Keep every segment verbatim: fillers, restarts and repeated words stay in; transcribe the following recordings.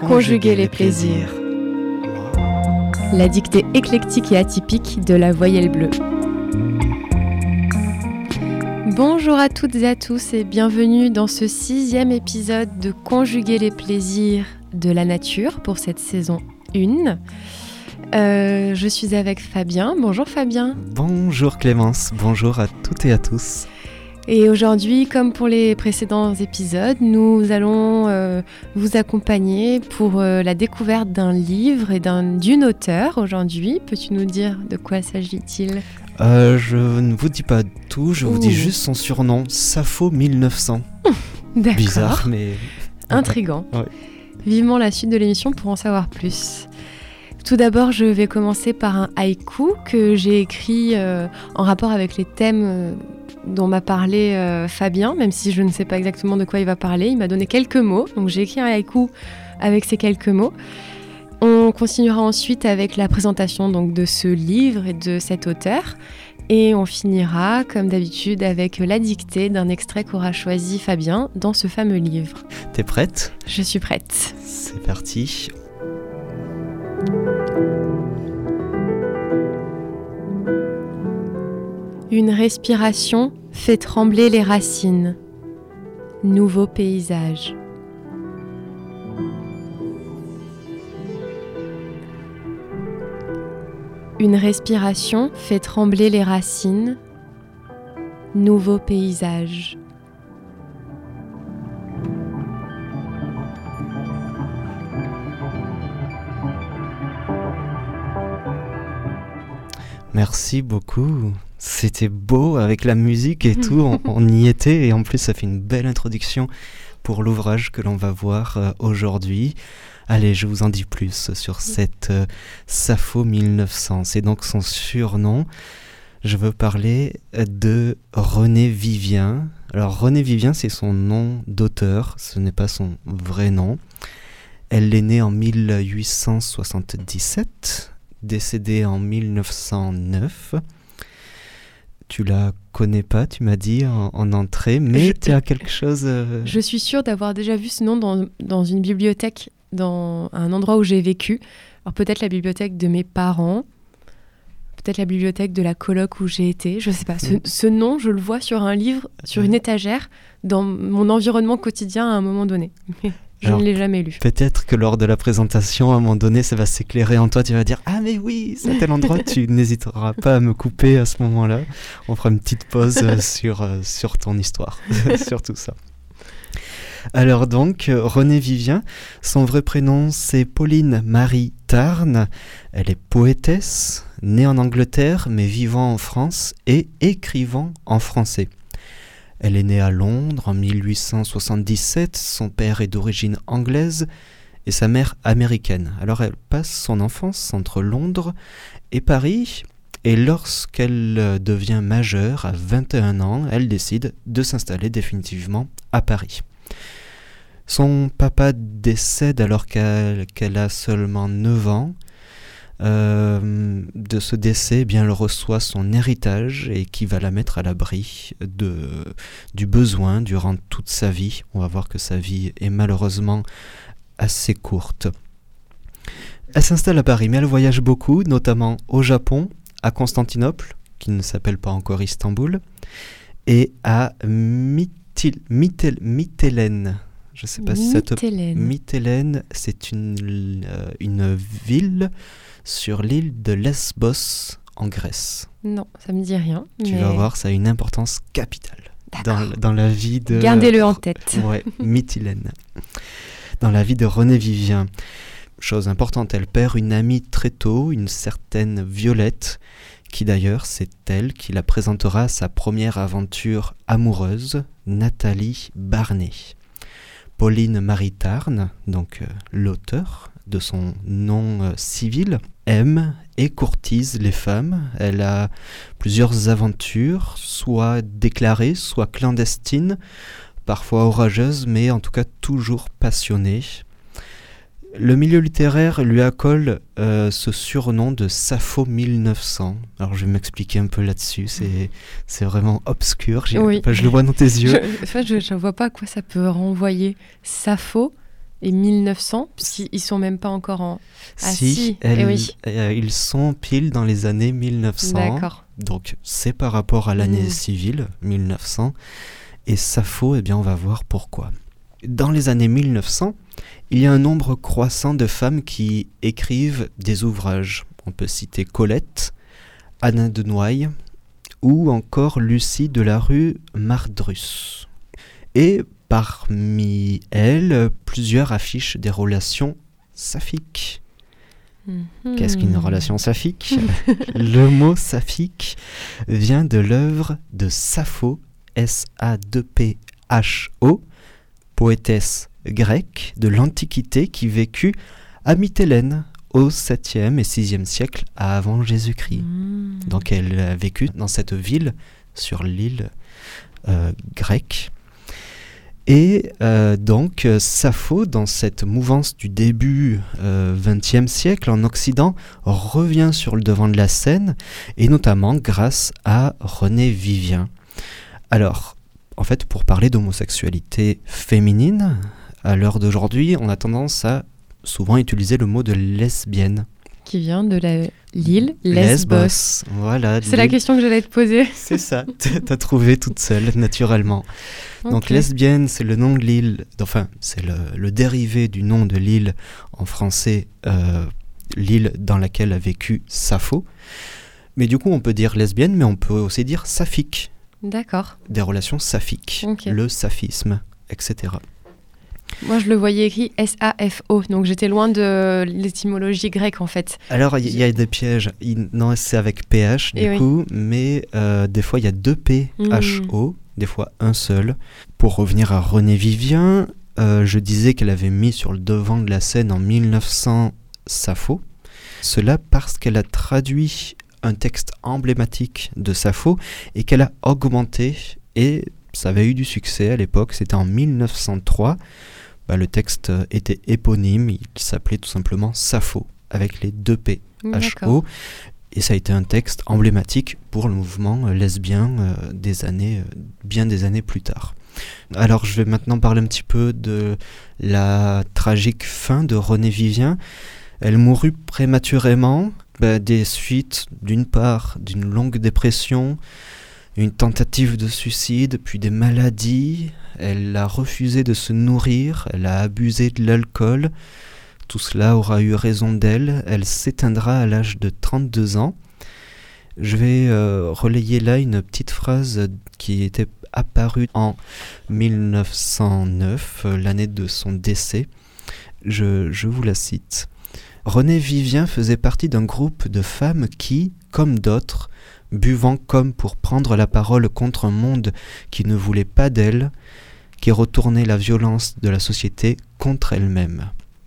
Conjuguer les plaisirs. La dictée éclectique et atypique de la voyelle bleue. Bonjour à toutes et à tous et bienvenue dans ce sixième épisode de Conjuguer les plaisirs de la nature pour cette saison un. Euh, je suis avec Fabien. Bonjour Fabien. Bonjour Clémence, bonjour à toutes et à tous. Et aujourd'hui, comme pour les précédents épisodes, nous allons euh, vous accompagner pour euh, la découverte d'un livre et d'un, d'une auteure aujourd'hui. Peux-tu nous dire de quoi s'agit-il ? euh, Je ne vous dis pas tout, je Ouh. vous dis juste son surnom, Sappho mille neuf cents. D'accord. Bizarre, mais... Intriguant. Ouais. Vivement la suite de l'émission pour en savoir plus. Tout d'abord, je vais commencer par un haïku que j'ai écrit euh, en rapport avec les thèmes euh, dont m'a parlé euh, Fabien, même si je ne sais pas exactement de quoi il va parler. Il m'a donné quelques mots, donc j'ai écrit un haïku avec ces quelques mots. On continuera ensuite avec la présentation donc, de ce livre et de cet auteur. Et on finira, comme d'habitude, avec la dictée d'un extrait qu'aura choisi Fabien dans ce fameux livre. T'es prête ? Je suis prête. C'est parti. Une respiration fait trembler les racines. Nouveau paysage. Une respiration fait trembler les racines. Nouveau paysage. Merci beaucoup. C'était beau avec la musique et tout, on, on y était et en plus ça fait une belle introduction pour l'ouvrage que l'on va voir euh, aujourd'hui. Allez, je vous en dis plus sur cette euh, Sappho mille neuf cents, c'est donc son surnom. Je veux parler de René Vivien. Alors René Vivien, c'est son nom d'auteur, ce n'est pas son vrai nom. Elle est née en mille huit cent soixante-dix-sept, décédée en mille neuf cent neuf. Tu la connais pas, tu m'as dit en, en entrée, mais tu as quelque chose... Euh... Je suis sûre d'avoir déjà vu ce nom dans, dans une bibliothèque, dans un endroit où j'ai vécu. Alors peut-être la bibliothèque de mes parents, peut-être la bibliothèque de la coloc où j'ai été, je sais pas. Ce, ce nom, je le vois sur un livre, sur une étagère, dans mon environnement quotidien à un moment donné. Mais je Alors, ne l'ai jamais lu. Peut-être que lors de la présentation, à un moment donné, ça va s'éclairer en toi. Tu vas dire « Ah mais oui, c'est à tel endroit ». Tu n'hésiteras pas à me couper à ce moment-là. On fera une petite pause euh, sur, euh, sur ton histoire, sur tout ça. Alors donc, euh, René Vivien, son vrai prénom c'est Pauline Marie Tarn. Elle est poétesse, née en Angleterre mais vivant en France et écrivant en français. Elle est née à Londres en mille huit cent soixante-dix-sept, son père est d'origine anglaise et sa mère américaine. Alors elle passe son enfance entre Londres et Paris et lorsqu'elle devient majeure, à vingt et un ans, elle décide de s'installer définitivement à Paris. Son papa décède alors qu'elle, qu'elle a seulement neuf ans. Euh, de ce décès, eh bien, elle reçoit son héritage et qui va la mettre à l'abri de, du besoin durant toute sa vie. On va voir que sa vie est malheureusement assez courte. Elle s'installe à Paris, mais elle voyage beaucoup, notamment au Japon, à Constantinople, qui ne s'appelle pas encore Istanbul, et à Mytil- Mytil- Mytilène. Je ne sais pas si ça te... Mytilène, c'est une, euh, une ville sur l'île de Lesbos en Grèce. Non, ça me dit rien. Tu mais... vas voir, ça a une importance capitale dans, dans la vie de... Gardez-le en tête. Ouais, Mytilène. Dans la vie de René Vivien. Chose importante, elle perd une amie très tôt, une certaine Violette, qui d'ailleurs, c'est elle qui la présentera à sa première aventure amoureuse, Nathalie Barnet. Pauline Marie Tarn, donc euh, l'auteur de son nom euh, civil, aime et courtise les femmes. Elle a plusieurs aventures, soit déclarées, soit clandestines, parfois orageuses, mais en tout cas toujours passionnées. Le milieu littéraire lui accole euh, ce surnom de Sappho mille neuf cents. Alors je vais m'expliquer un peu là-dessus, c'est, c'est vraiment obscur, J'ai, oui. enfin, je le vois dans tes yeux. Je, en fait, je ne vois pas à quoi ça peut renvoyer. Sappho et mille neuf cents, puisqu'ils sont même pas encore en... Ah, si, si. Elle, eh oui. euh, ils sont pile dans les années mille neuf cents. D'accord. Donc c'est par rapport à l'année mmh. civile, mille neuf cents. Et Sappho, eh bien, on va voir pourquoi. Dans les années mille neuf cents, il y a un nombre croissant de femmes qui écrivent des ouvrages. On peut citer Colette, Anna de Noailles ou encore Lucie de la rue Mardrus. Et parmi elles, plusieurs affichent des relations saphiques. Mmh. Qu'est-ce qu'une relation saphique ? Le mot saphique vient de l'œuvre de Sappho, S A deux P H O, poétesse grecque de l'Antiquité qui vécut à Mytilène au septième et sixième siècle avant Jésus-Christ. Mmh. Donc elle a vécu dans cette ville sur l'île euh, grecque. Et euh, donc Sappho, dans cette mouvance du début euh, vingtième siècle en Occident, revient sur le devant de la scène, et notamment grâce à René Vivien. Alors, en fait, pour parler d'homosexualité féminine, à l'heure d'aujourd'hui, on a tendance à souvent utiliser le mot de lesbienne. Qui vient de la... l'île Lesbos. Lesbos. Voilà. C'est la question que j'allais te poser. C'est ça, t'as trouvé toute seule, naturellement. Okay. Donc lesbienne, c'est le nom de l'île, enfin, c'est le, le dérivé du nom de l'île en français, euh, l'île dans laquelle a vécu Sappho. Mais du coup, on peut dire lesbienne, mais on peut aussi dire saphique. D'accord. Des relations saphiques, okay. Le saphisme, et cetera. Moi, je le voyais écrit S A F O, donc j'étais loin de l'étymologie grecque, en fait. Alors, il y, y a des pièges. Il, non, c'est avec P H, du Et coup, oui. mais euh, des fois, il y a deux P H O, mmh. des fois un seul. Pour revenir à René Vivien, euh, je disais qu'elle avait mis sur le devant de la scène en mille neuf cents Sappho. Cela parce qu'elle a traduit un texte emblématique de Sappho et qu'elle a augmenté, et ça avait eu du succès à l'époque, c'était en mille neuf cent trois. Bah, le texte était éponyme, il s'appelait tout simplement Sappho, avec les deux P H O, et ça a été un texte emblématique pour le mouvement lesbien euh, des années, euh, bien des années plus tard. Alors je vais maintenant parler un petit peu de la tragique fin de René Vivien. Elle mourut prématurément, bah, des suites d'une part d'une longue dépression, une tentative de suicide, puis des maladies. Elle a refusé de se nourrir, elle a abusé de l'alcool. Tout cela aura eu raison d'elle. Elle s'éteindra à l'âge de trente-deux ans. Je vais euh, relayer là une petite phrase qui était apparue en mille neuf cent neuf, l'année de son décès. Je, je vous la cite. René Vivien faisait partie d'un groupe de femmes qui, comme d'autres, buvant comme pour prendre la parole contre un monde qui ne voulait pas d'elle, qui retournait la violence de la société contre elle-même.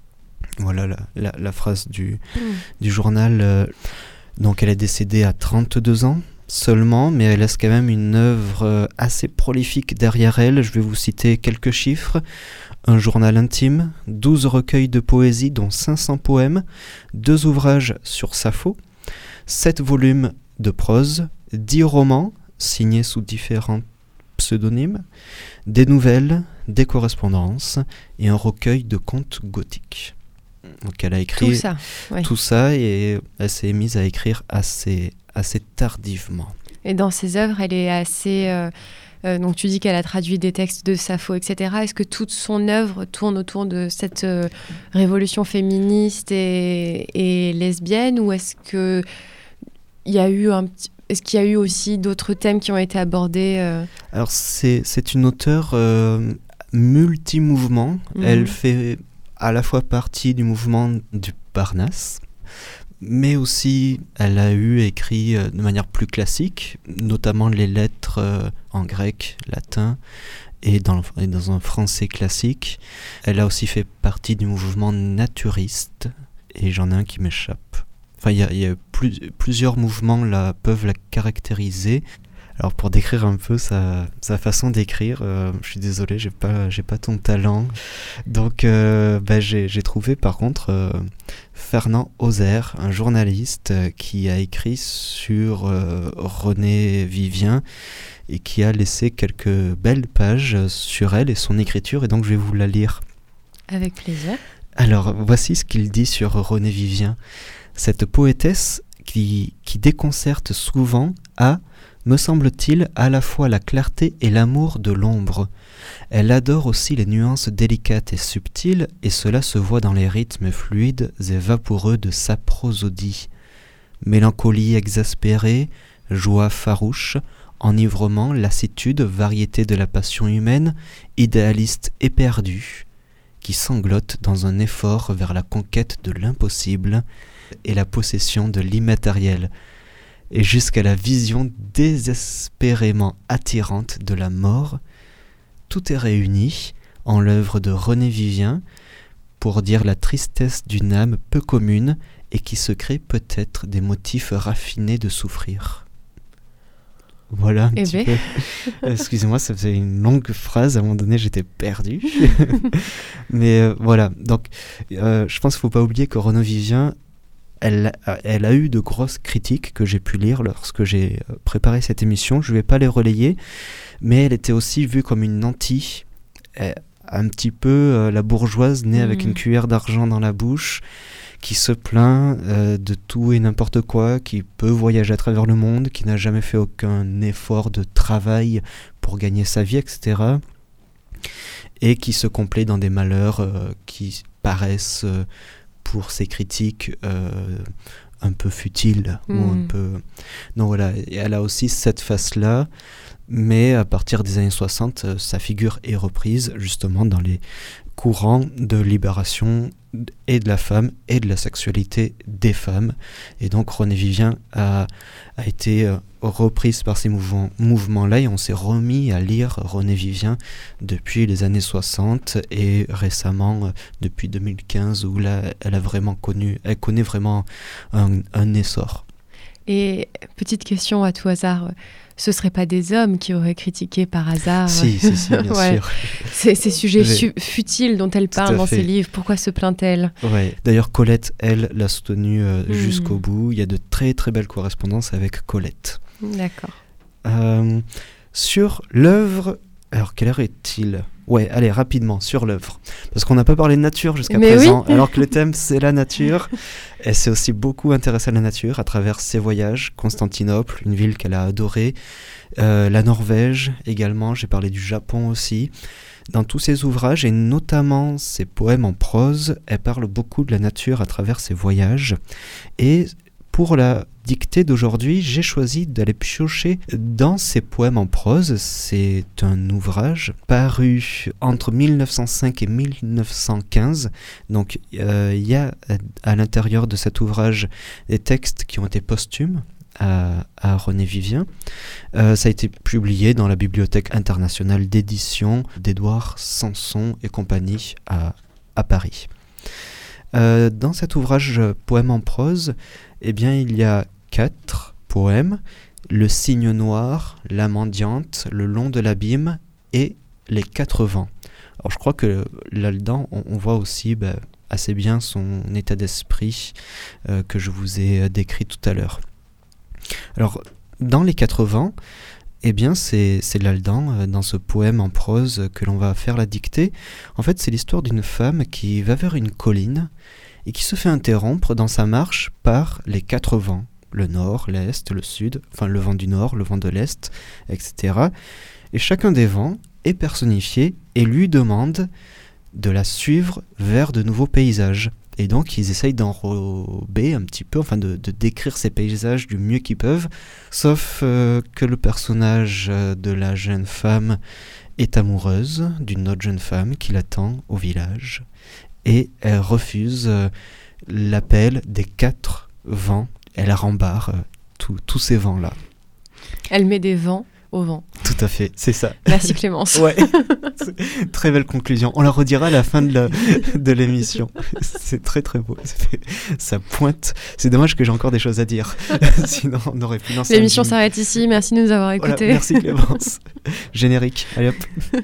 Voilà la, la, la phrase du, mmh. du journal. Euh, donc elle est décédée à trente-deux ans seulement, mais elle laisse quand même une œuvre assez prolifique derrière elle. Je vais vous citer quelques chiffres. Un journal intime, douze recueils de poésie dont cinq cents poèmes, deux ouvrages sur Sappho, sept volumes de prose, dix romans signés sous différents pseudonymes, des nouvelles, des correspondances et un recueil de contes gothiques. Donc elle a écrit tout ça, ouais. tout ça et elle s'est mise à écrire assez, assez tardivement. Et dans ses œuvres, elle est assez... Euh, euh, donc tu dis qu'elle a traduit des textes de Sappho, et cetera. Est-ce que toute son œuvre tourne autour de cette euh, révolution féministe et, et lesbienne, ou est-ce que il y a eu un petit... Est-ce qu'il y a eu aussi d'autres thèmes qui ont été abordés euh... Alors, c'est, c'est une auteure euh, multi-mouvement. Mmh. Elle fait à la fois partie du mouvement du Parnasse, mais aussi elle a eu écrit euh, de manière plus classique, notamment les lettres euh, en grec, latin, et dans, et dans un français classique. Elle a aussi fait partie du mouvement naturiste, et j'en ai un qui m'échappe. Enfin, il y a, y a plus, plusieurs mouvements là peuvent la caractériser. Alors pour décrire un peu sa, sa façon d'écrire, euh, je suis désolé, j'ai pas, j'ai pas ton talent. Donc euh, bah, j'ai, j'ai trouvé par contre euh, Fernand Ozer, un journaliste euh, qui a écrit sur euh, René Vivien et qui a laissé quelques belles pages sur elle et son écriture, et donc je vais vous la lire. Avec plaisir. Alors, voici ce qu'il dit sur Renée Vivien. Cette poétesse qui, qui déconcerte souvent a, me semble-t-il, à la fois la clarté et l'amour de l'ombre. Elle adore aussi les nuances délicates et subtiles, et cela se voit dans les rythmes fluides et vaporeux de sa prosodie. Mélancolie exaspérée, joie farouche, enivrement, lassitude, variété de la passion humaine, idéaliste éperdue, qui sanglote dans un effort vers la conquête de l'impossible et la possession de l'immatériel, et jusqu'à la vision désespérément attirante de la mort. Tout est réuni en l'œuvre de Renée Vivien pour dire la tristesse d'une âme peu commune et qui se crée peut-être des motifs raffinés de souffrir. Voilà un eh petit ben. peu. Excusez-moi, ça faisait une longue phrase, à un moment donné j'étais perdu. Mais euh, voilà, donc euh, je pense qu'il ne faut pas oublier que Renée Vivien, elle, elle a eu de grosses critiques que j'ai pu lire lorsque j'ai préparé cette émission. Je ne vais pas les relayer, mais elle était aussi vue comme une nantie, euh, un petit peu euh, la bourgeoise née mmh. avec une cuillère d'argent dans la bouche, qui se plaint euh, de tout et n'importe quoi, qui peut voyager à travers le monde, qui n'a jamais fait aucun effort de travail pour gagner sa vie, et cetera. Et qui se complaît dans des malheurs euh, qui paraissent, euh, pour ses critiques, euh, un peu futiles. Mmh. Ou un peu... Donc voilà, et elle a aussi cette face-là, mais à partir des années soixante, euh, sa figure est reprise justement dans les courant de libération et de la femme et de la sexualité des femmes. Et donc Renée Vivien a, a été euh, reprise par ces mouvements, mouvements-là, et on s'est remis à lire Renée Vivien depuis les années soixante et récemment euh, depuis deux mille quinze, où là elle a vraiment connu, elle connaît vraiment un, un essor. Et petite question à tout hasard, ce ne seraient pas des hommes qui auraient critiqué par hasard Si, si, si, bien ouais. sûr. Ces, ces sujets su- futiles dont elle parle dans fait. ses livres, pourquoi se plaint-elle ? Ouais. D'ailleurs, Colette, elle, l'a soutenue euh, mmh. jusqu'au bout. Il y a de très très belles correspondances avec Colette. D'accord. Euh, sur l'œuvre... Alors, quelle heure est-il ? Ouais, allez, rapidement, sur l'œuvre. Parce qu'on n'a pas parlé de nature jusqu'à Mais présent, oui. alors que le thème, c'est la nature. Elle s'est aussi beaucoup intéressée à la nature à travers ses voyages. Constantinople, une ville qu'elle a adorée. Euh, la Norvège également, j'ai parlé du Japon aussi. Dans tous ses ouvrages, et notamment ses poèmes en prose, elle parle beaucoup de la nature à travers ses voyages. Et pour la dictée d'aujourd'hui, j'ai choisi d'aller piocher dans ses poèmes en prose. C'est un ouvrage paru entre mille neuf cent cinq et mille neuf cent quinze. Donc il euh, y a à l'intérieur de cet ouvrage des textes qui ont été posthumes à, à Renée Vivien. Euh, ça a été publié dans la Bibliothèque internationale d'édition d'Édouard Sanson et compagnie à, à Paris. Euh, dans cet ouvrage Poèmes en prose, eh bien, il y a quatre poèmes: Le cygne noir, La mendiante, Le long de l'abîme et Les quatre vents. Alors je crois que là-dedans, on, on voit aussi bah, assez bien son état d'esprit euh, que je vous ai décrit tout à l'heure. Alors, dans Les quatre vents, eh bien, c'est, c'est là-dedans, euh, dans ce poème en prose que l'on va faire la dictée. En fait, c'est l'histoire d'une femme qui va vers une colline et qui se fait interrompre dans sa marche par les quatre vents, le nord, l'est, le sud, enfin le vent du nord, le vent de l'est, et cetera. Et chacun des vents est personnifié et lui demande de la suivre vers de nouveaux paysages. Et donc ils essayent d'enrober un petit peu, enfin de, de décrire ces paysages du mieux qu'ils peuvent, sauf euh, que le personnage de la jeune femme est amoureuse d'une autre jeune femme qui l'attend au village. Et elle refuse euh, l'appel des quatre vents. Elle rembarre euh, tous ces vents-là. Elle met des vents au vent. Tout à fait, c'est ça. Merci Clémence. Ouais, très belle conclusion. On la redira à la fin de, la, de l'émission. C'est très très beau. Ça, fait, ça pointe. C'est dommage que j'ai encore des choses à dire. Sinon, on aurait pu lancer. L'émission s'arrête ici. Merci de nous avoir écoutés. Voilà, merci Clémence. Générique. Allez hop.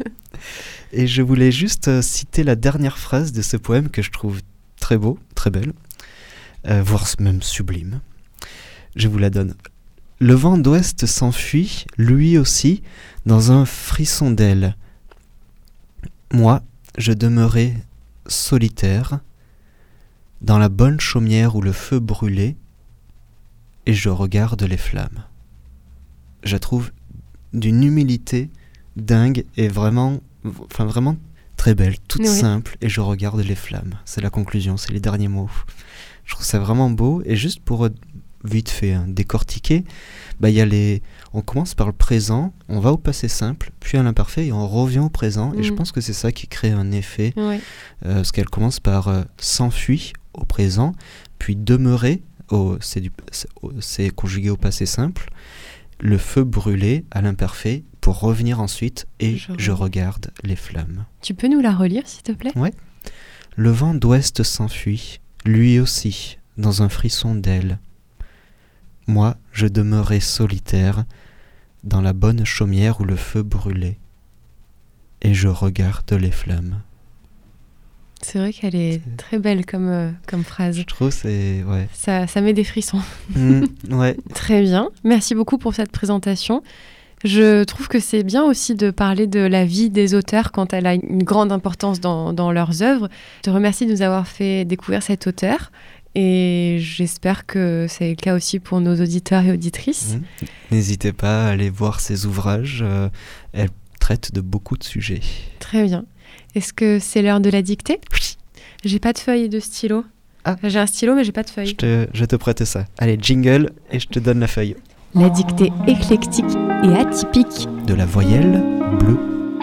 Et je voulais juste euh, citer la dernière phrase de ce poème que je trouve très beau, très belle, euh, voire même sublime. Je vous la donne. Le vent d'ouest s'enfuit, lui aussi, dans un frisson d'aile. Moi, je demeurai solitaire dans la bonne chaumière où le feu brûlait et je regarde les flammes. Je la trouve d'une humilité dingue et vraiment, enfin vraiment très belle, toute Oui. simple, et je regarde les flammes. C'est la conclusion, c'est les derniers mots. Je trouve ça vraiment beau, et juste pour euh, vite fait hein, décortiquer, bah, y a les... on commence par le présent, on va au passé simple, puis à l'imparfait, et on revient au présent, Mm. et je pense que c'est ça qui crée un effet, Oui. euh, parce qu'elle commence par euh, s'enfuit au présent, puis demeurer, au... c'est, du... c'est, au... c'est conjugué au passé simple, le feu brûlé à l'imparfait, pour revenir ensuite, et Je je, regarde. regarde les flammes. Tu peux nous la relire, s'il te plaît? Le vent d'ouest s'enfuit, lui aussi, dans un frisson d'aile. Moi, je demeurais solitaire, dans la bonne chaumière où le feu brûlait, et je regarde les flammes. C'est vrai qu'elle est C'est- très belle comme, euh, comme phrase. Je trouve c'est... ouais. Ça, ça met des frissons. Mm, ouais. Très bien. Merci beaucoup pour cette présentation. Je trouve que c'est bien aussi de parler de la vie des auteurs quand elle a une grande importance dans, dans leurs œuvres. Je te remercie de nous avoir fait découvrir cet auteur et j'espère que c'est le cas aussi pour nos auditeurs et auditrices. Mm. N'hésitez pas à aller voir ses ouvrages. euh, elle traite de beaucoup de sujets. Très bien. Est-ce que c'est l'heure de la dictée? J'ai pas de feuille et de stylo. Ah. J'ai un stylo mais j'ai pas de Je feuille. te, je te prête ça. Allez, jingle, et je te donne la feuille. La dictée éclectique et atypique. De la voyelle bleue.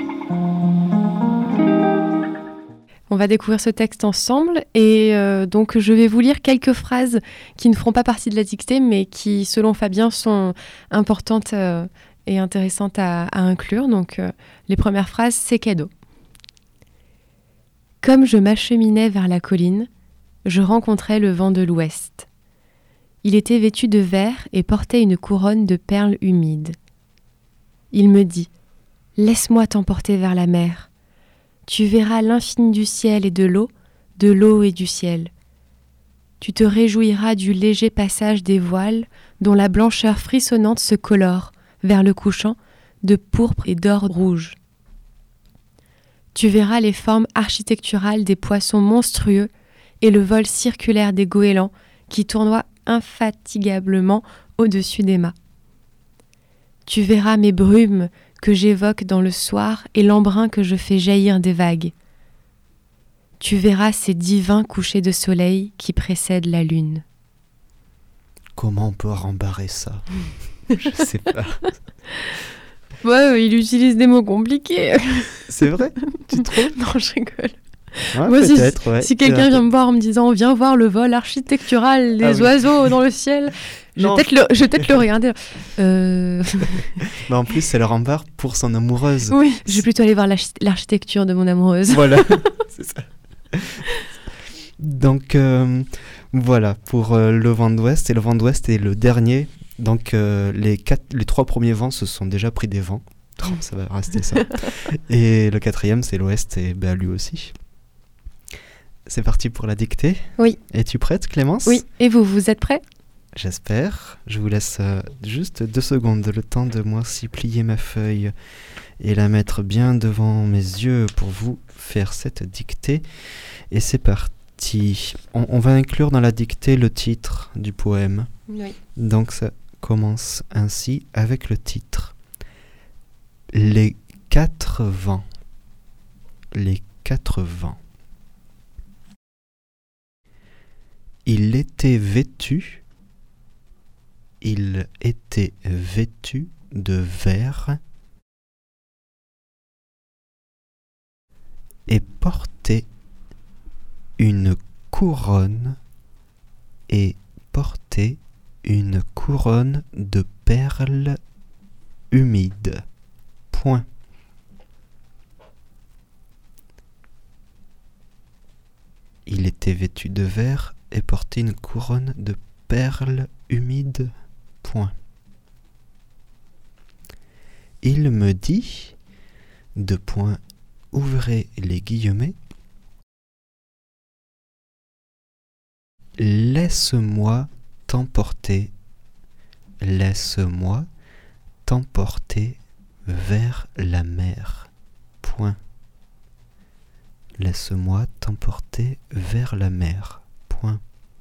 On va découvrir ce texte ensemble et euh, donc je vais vous lire quelques phrases qui ne feront pas partie de la dictée mais qui, selon Fabien, sont importantes euh, et intéressantes à, à inclure. Donc euh, les premières phrases, c'est cadeau. Comme je m'acheminais vers la colline, je rencontrais le vent de l'ouest. Il était vêtu de vert et portait une couronne de perles humides. Il me dit « Laisse-moi t'emporter vers la mer. Tu verras l'infini du ciel et de l'eau, de l'eau et du ciel. Tu te réjouiras du léger passage des voiles dont la blancheur frissonnante se colore, vers le couchant, de pourpre et d'or rouge. Tu verras les formes architecturales des poissons monstrueux et le vol circulaire des goélands qui tournoient infatigablement au-dessus des mâts. Tu verras mes brumes que j'évoque dans le soir et l'embrun que je fais jaillir des vagues. Tu verras ces divins couchers de soleil qui précèdent la lune. Comment on peut rembarrer ça? Je sais pas. Ouais, il utilise des mots compliqués. C'est vrai? Tu trouves? Non, je rigole. Ouais, Moi, si- peut-être, ouais. Si quelqu'un Euh, vient me voir en me disant « Viens voir le vol architectural des Ah oui. oiseaux dans le ciel », je vais Non. peut-être le, je vais peut-être le regarder. Euh... bah, en plus, c'est le rempart pour son amoureuse. Oui, je vais plutôt aller voir l'archi- l'architecture de mon amoureuse. Voilà, c'est ça. Donc, euh, voilà, pour euh, le vent d'ouest. Et le vent d'ouest est le dernier. Donc, euh, les, quatre, les trois premiers vents se sont déjà pris des vents. Oh, ça va rester ça. Et le quatrième, c'est l'ouest, et bah, lui aussi. C'est parti pour la dictée. Oui. Es-tu prête, Clémence? Oui, et vous, vous êtes prêts? J'espère. Je vous laisse euh, juste deux secondes, le temps de moi s'y plier ma feuille et la mettre bien devant mes yeux pour vous faire cette dictée. Et c'est parti. On, on va inclure dans la dictée le titre du poème. Oui. Donc ça commence ainsi avec le titre. Les quatre vents. Les quatre vents. Il était vêtu, il était vêtu de vert et portait une couronne et portait une couronne de perles humides. Point. Il était vêtu de vert et portait une couronne de perles humides. Point. Il me dit, deux points, ouvrez les guillemets, laisse-moi t'emporter, laisse-moi t'emporter vers la mer. Point. Laisse-moi t'emporter vers la mer. Point.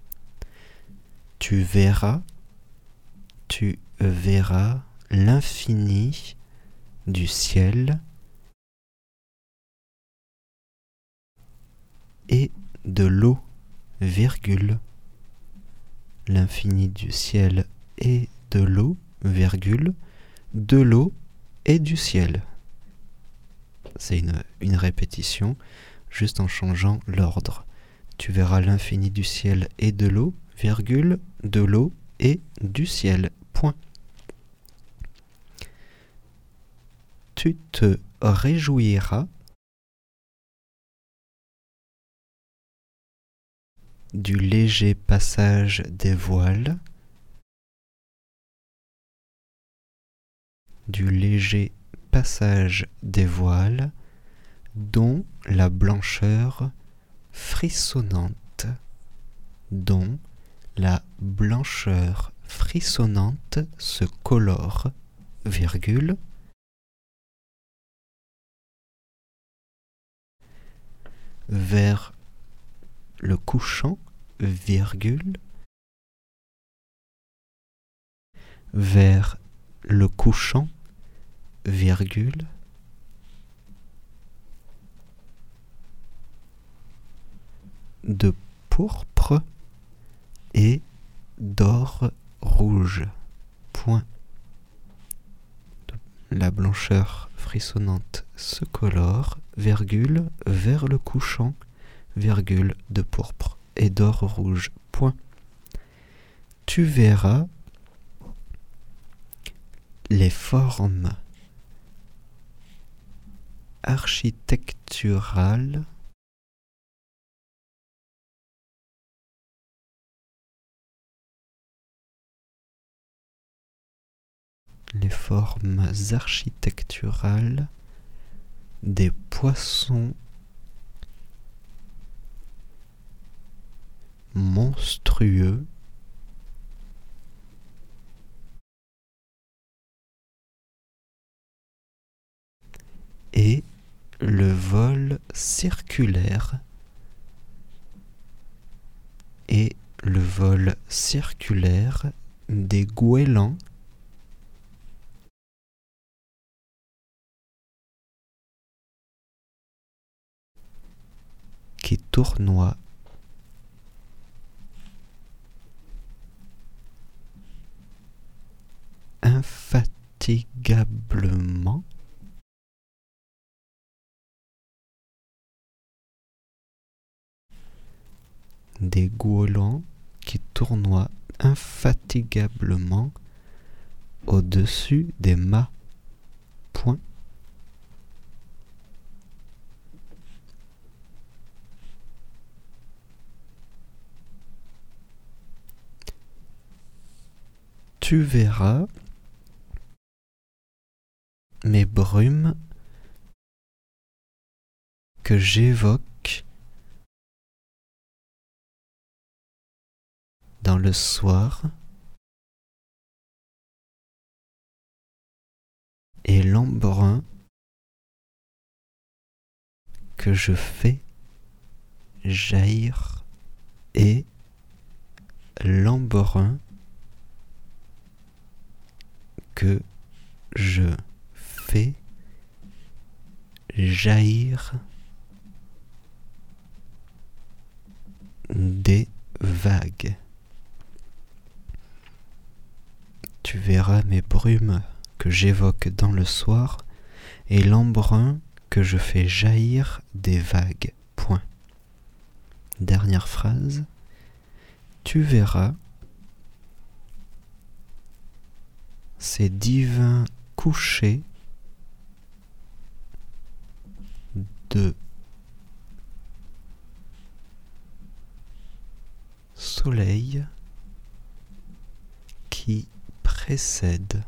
Tu verras, tu verras l'infini du ciel et de l'eau, virgule. L'infini du ciel et de l'eau, virgule, de l'eau et du ciel. C'est une, une répétition, juste en changeant l'ordre. Tu verras l'infini du ciel et de l'eau, virgule, de l'eau et du ciel. Point. Tu te réjouiras du léger passage des voiles, du léger passage des voiles, dont la blancheur frissonnante, dont la blancheur frissonnante se colore, virgule, vers le couchant, virgule, vers le couchant, virgule, de pourpre et d'or rouge. Point. La blancheur frissonnante se colore, virgule, vers le couchant, virgule, de pourpre et d'or rouge. Point. Tu verras les formes architecturales les formes architecturales des poissons monstrueux et le vol circulaire et le vol circulaire des goélands qui tournoient infatigablement des goélands qui tournoient infatigablement au-dessus des mâts. Point. Tu verras mes brumes que j'évoque dans le soir et l'embrun que je fais jaillir et l'embrun que je fais jaillir des vagues. Tu verras mes brumes que j'évoque dans le soir et l'embrun que je fais jaillir des vagues. Point. Dernière phrase. Tu verras ces divins couchers de soleil qui précèdent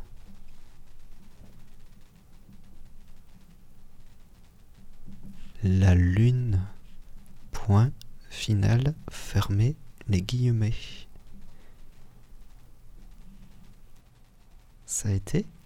la lune. Point final, fermez les guillemets. Ça a été ?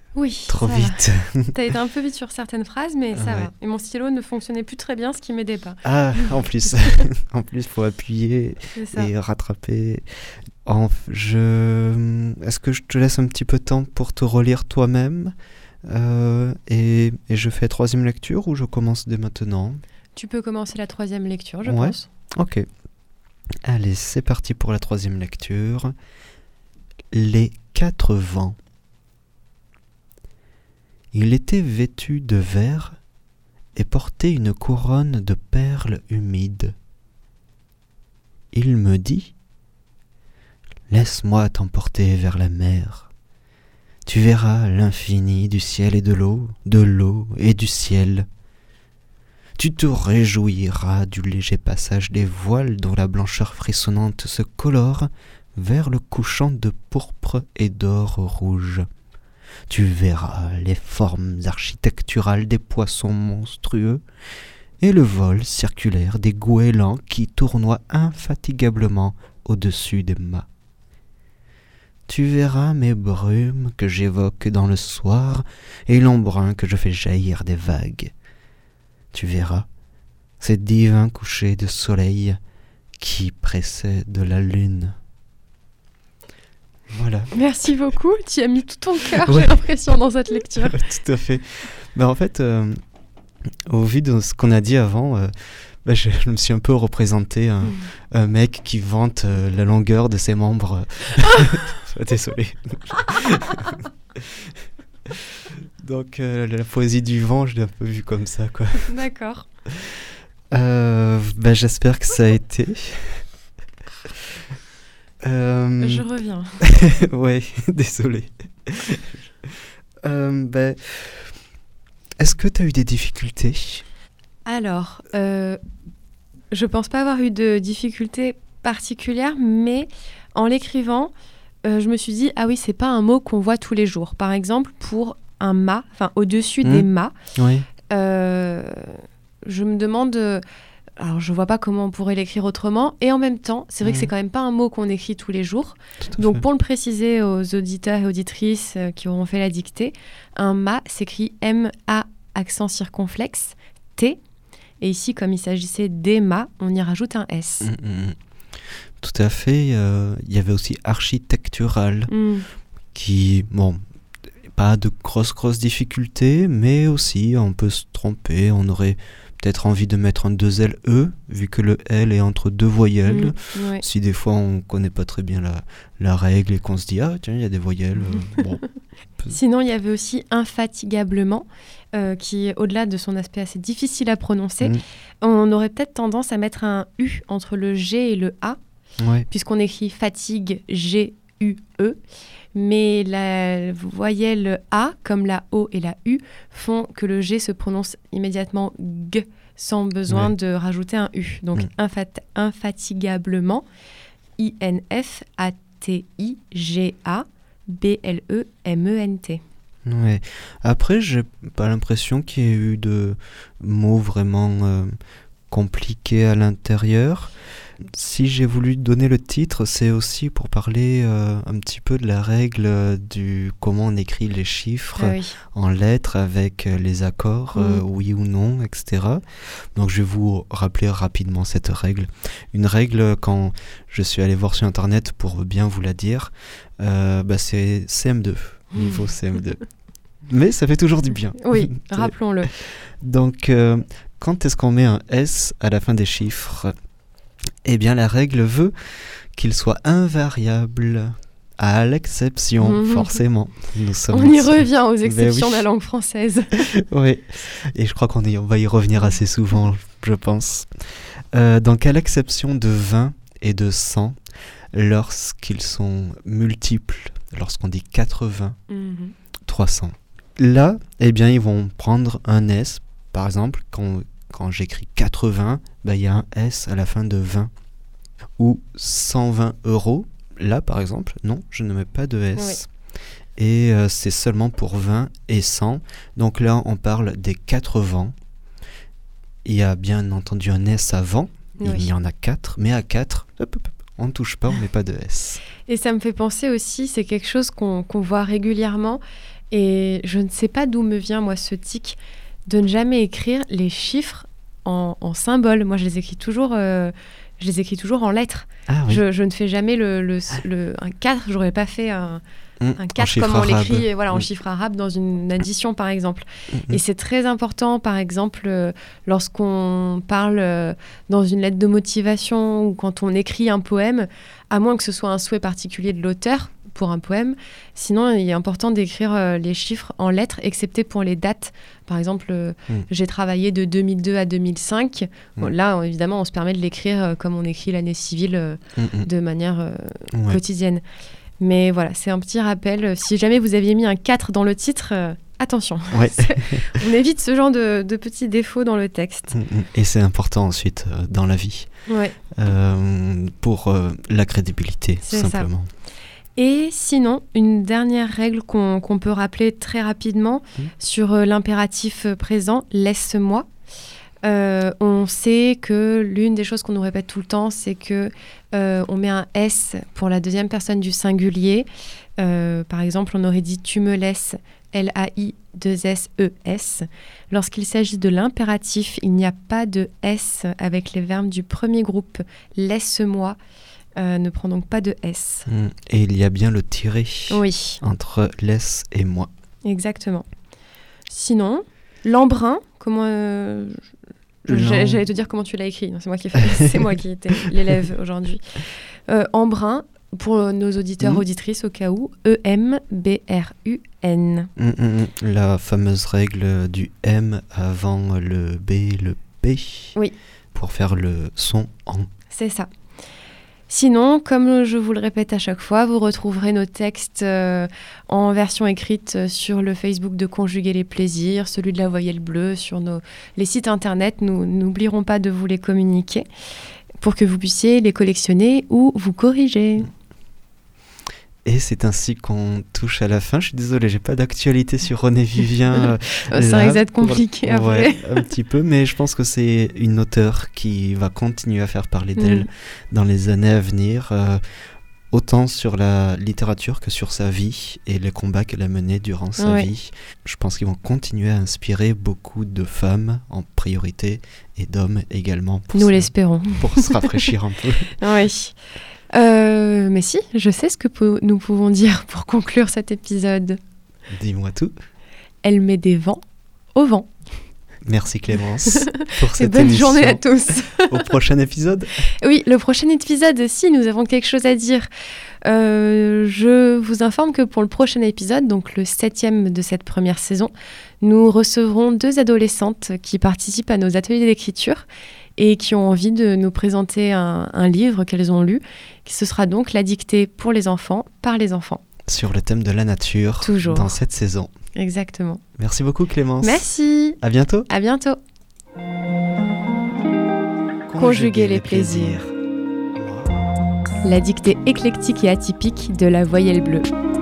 Oui. Trop vite. T'as été un peu vite sur certaines phrases, mais ça Ouais. va. Et mon stylo ne fonctionnait plus très bien, ce qui m'aidait pas. Ah, en plus. En plus, il faut appuyer C'est ça. et rattraper. En- je... Est-ce que je te laisse un petit peu de temps pour te relire toi-même euh, et... et je fais troisième lecture ou je commence dès maintenant? Tu peux commencer la troisième lecture, je Ouais. pense. Ok. Allez, c'est parti pour la troisième lecture. Les quatre vents. Il était vêtu de vert et portait une couronne de perles humides. Il me dit : « Laisse-moi t'emporter vers la mer. Tu verras l'infini du ciel et de l'eau, de l'eau et du ciel. Tu te réjouiras du léger passage des voiles dont la blancheur frissonnante se colore vers le couchant de pourpre et d'or rouge. Tu verras les formes architecturales des poissons monstrueux et le vol circulaire des goélands qui tournoient infatigablement au-dessus des mâts. Tu verras mes brumes que j'évoque dans le soir et l'embrun que je fais jaillir des vagues. Tu verras ces divins couchers de soleil qui précèdent la lune. » Voilà. Merci beaucoup. Tu as mis tout ton cœur, Ouais. j'ai l'impression, dans cette lecture. Tout à fait. Ben, en fait, euh, au vu de ce qu'on a dit avant, euh, ben, je, je me suis un peu représenté un, Mm. un mec qui vante euh, la longueur de ses membres. Désolé. Donc, euh, la poésie du vent, je l'ai un peu vu comme ça, quoi. D'accord. Euh, ben, j'espère que ça a été. Euh, Je reviens. ouais, désolé. Euh, ben, est-ce que tu as eu des difficultés? Alors, euh, je pense pas avoir eu de difficultés particulières, mais en l'écrivant, euh, je me suis dit, ah oui, c'est pas un mot qu'on voit tous les jours. Par exemple, pour un mât, enfin au-dessus Mmh. des mâts, Oui. euh, je me demande, euh, alors je vois pas comment on pourrait l'écrire autrement, et en même temps, c'est vrai que Mmh. c'est quand même pas un mot qu'on écrit tous les jours. Tout à Donc fait. pour le préciser aux auditeurs et auditrices euh, qui auront fait la dictée, un mât s'écrit M A accent circonflexe T, et ici comme il s'agissait des mâts, on y rajoute un S. Mm, mm. Tout à fait. euh, Il y avait aussi architectural, Mm. qui, bon, pas de grosses, grosses difficultés, mais aussi on peut se tromper. On aurait peut-être envie de mettre un deux L E, vu que le L est entre deux voyelles. Mm, ouais. Si des fois on connaît pas très bien la, la règle et qu'on se dit, ah tiens, il y a des voyelles. euh, bon. Sinon, il y avait aussi infatigablement, euh, qui, au-delà de son aspect assez difficile à prononcer, Mm. on aurait peut-être tendance à mettre un U entre le G et le A, Ouais. puisqu'on écrit fatigue G U E. Mais la voyelle A, comme la O et la U, font que le G se prononce immédiatement G, sans besoin Ouais. de rajouter un U. Donc Mm. infat- infatigablement, I N F A T I G A B L E M E N T. Ouais. Après, j'ai pas l'impression qu'il y ait eu de mots vraiment euh, compliqués à l'intérieur. Si j'ai voulu donner le titre, c'est aussi pour parler euh, un petit peu de la règle euh, du comment on écrit les chiffres Ah oui. en lettres avec euh, les accords, euh, Mm. oui ou non, et cetera. Donc je vais vous rappeler rapidement cette règle. Une règle, quand je suis allé voir sur Internet pour bien vous la dire, euh, bah, c'est C M deux, niveau C M deux. Mais ça fait toujours du bien. Oui, C'est- rappelons-le. Donc, euh, quand est-ce qu'on met un S à la fin des chiffres? Eh bien, la règle veut qu'il soit invariable, à l'exception, Mhm. forcément. Nous sommes On y ici. revient aux Ben exceptions oui. de la langue française. Oui, et je crois qu'on y- on va y revenir assez souvent, je pense. Euh, donc, à l'exception de vingt et de cent, lorsqu'ils sont multiples, lorsqu'on dit quatre-vingts, Mhm. trois cents. Là, eh bien, ils vont prendre un S. Par exemple, quand, quand j'écris quatre-vingts, bah, il y a un S à la fin de vingt. Ou cent vingt euros. Là, par exemple, non, je ne mets pas de S. Et euh, c'est seulement pour vingt et cent. Donc là, on parle des quatre-vingts. Il y a bien entendu un S avant. Oui. Il y en a quatre. Mais à quatre, hop, hop, hop, on ne touche pas, on ne met pas de S. Et ça me fait penser aussi, c'est quelque chose qu'on qu'on voit régulièrement, Et je ne sais pas d'où me vient, moi, ce tic de ne jamais écrire les chiffres en, en symboles. Moi, je les écris toujours, euh, je les écris toujours en lettres. Ah, oui. je, je ne fais jamais le, le, le, un quatre, je n'aurais pas fait un... Mmh, un quatre comme on l'écrit voilà, en mmh. chiffre arabe dans une addition par exemple. Mmh. Et c'est très important par exemple euh, lorsqu'on parle euh, dans une lettre de motivation ou quand on écrit un poème, à moins que ce soit un souhait particulier de l'auteur pour un poème. Sinon, il est important d'écrire euh, les chiffres en lettres, excepté pour les dates. Par exemple, euh, mmh. j'ai travaillé de deux mille deux à deux mille cinq. Mmh. Bon, là, évidemment, on se permet de l'écrire euh, comme on écrit l'année civile euh, mmh. de manière euh, ouais. quotidienne. Mais voilà, c'est un petit rappel. Si jamais vous aviez mis un quatre dans le titre, euh, attention. Ouais. On évite ce genre de, de petits défauts dans le texte. Et c'est important ensuite euh, dans la vie. Ouais. Euh, pour euh, la crédibilité, c'est simplement. Ça. Et sinon, une dernière règle qu'on, qu'on peut rappeler très rapidement mmh. sur euh, l'impératif présent, laisse-moi. Euh, on sait que l'une des choses qu'on nous répète tout le temps, c'est que euh, on met un S pour la deuxième personne du singulier. Euh, par exemple, on aurait dit « tu me laisses », L A I deux S E S. Lorsqu'il s'agit de l'impératif, il n'y a pas de S avec les verbes du premier groupe. « Laisse-moi » euh, ne prend donc pas de S. Et il y a bien le tiré oui. entre « laisse » et « moi ». Exactement. Sinon, l'embrun, comment... Euh, J'allais, j'allais te dire comment tu l'as écrit. Non, c'est moi qui ai fait. C'est moi qui étais l'élève aujourd'hui. Euh, embrun, pour nos auditeurs, mmh. auditrices, au cas où, E M B R U N. Mmh, mmh, la fameuse règle du M avant le B, le P. Oui. Pour faire le son en. C'est ça. Sinon, comme je vous le répète à chaque fois, vous retrouverez nos textes euh, en version écrite sur le Facebook de Conjuguer les plaisirs, celui de la voyelle bleue, sur nos, les sites internet. Nous n'oublierons pas de vous les communiquer pour que vous puissiez les collectionner ou vous corriger. Et c'est ainsi qu'on touche à la fin. Je suis désolée, j'ai pas d'actualité sur René Vivien. euh, Ça risque d'être compliqué pour... après. Ouais, un petit peu, mais je pense que c'est une auteure qui va continuer à faire parler d'elle mmh. dans les années à venir, euh, autant sur la littérature que sur sa vie et les combats qu'elle a menés durant sa ouais. vie. Je pense qu'ils vont continuer à inspirer beaucoup de femmes en priorité et d'hommes également. Nous se, l'espérons. Pour se rafraîchir un peu. Oui. Euh, mais si, je sais ce que po- nous pouvons dire pour conclure cet épisode. Dis-moi tout. Elle met des vents au vent. Merci Clémence pour cette bonne émission. Journée à tous. Au prochain épisode. Oui, le prochain épisode, si nous avons quelque chose à dire. Euh, je vous informe que pour le prochain épisode, donc le septième de cette première saison, nous recevrons deux adolescentes qui participent à nos ateliers d'écriture et qui ont envie de nous présenter un, un livre qu'elles ont lu, qui ce sera donc La dictée pour les enfants, par les enfants. Sur le thème de la nature, toujours dans cette saison. Exactement. Merci beaucoup Clémence. Merci. À bientôt. À bientôt. Conjuguer, Conjuguer les plaisirs. La dictée éclectique et atypique de la voyelle bleue.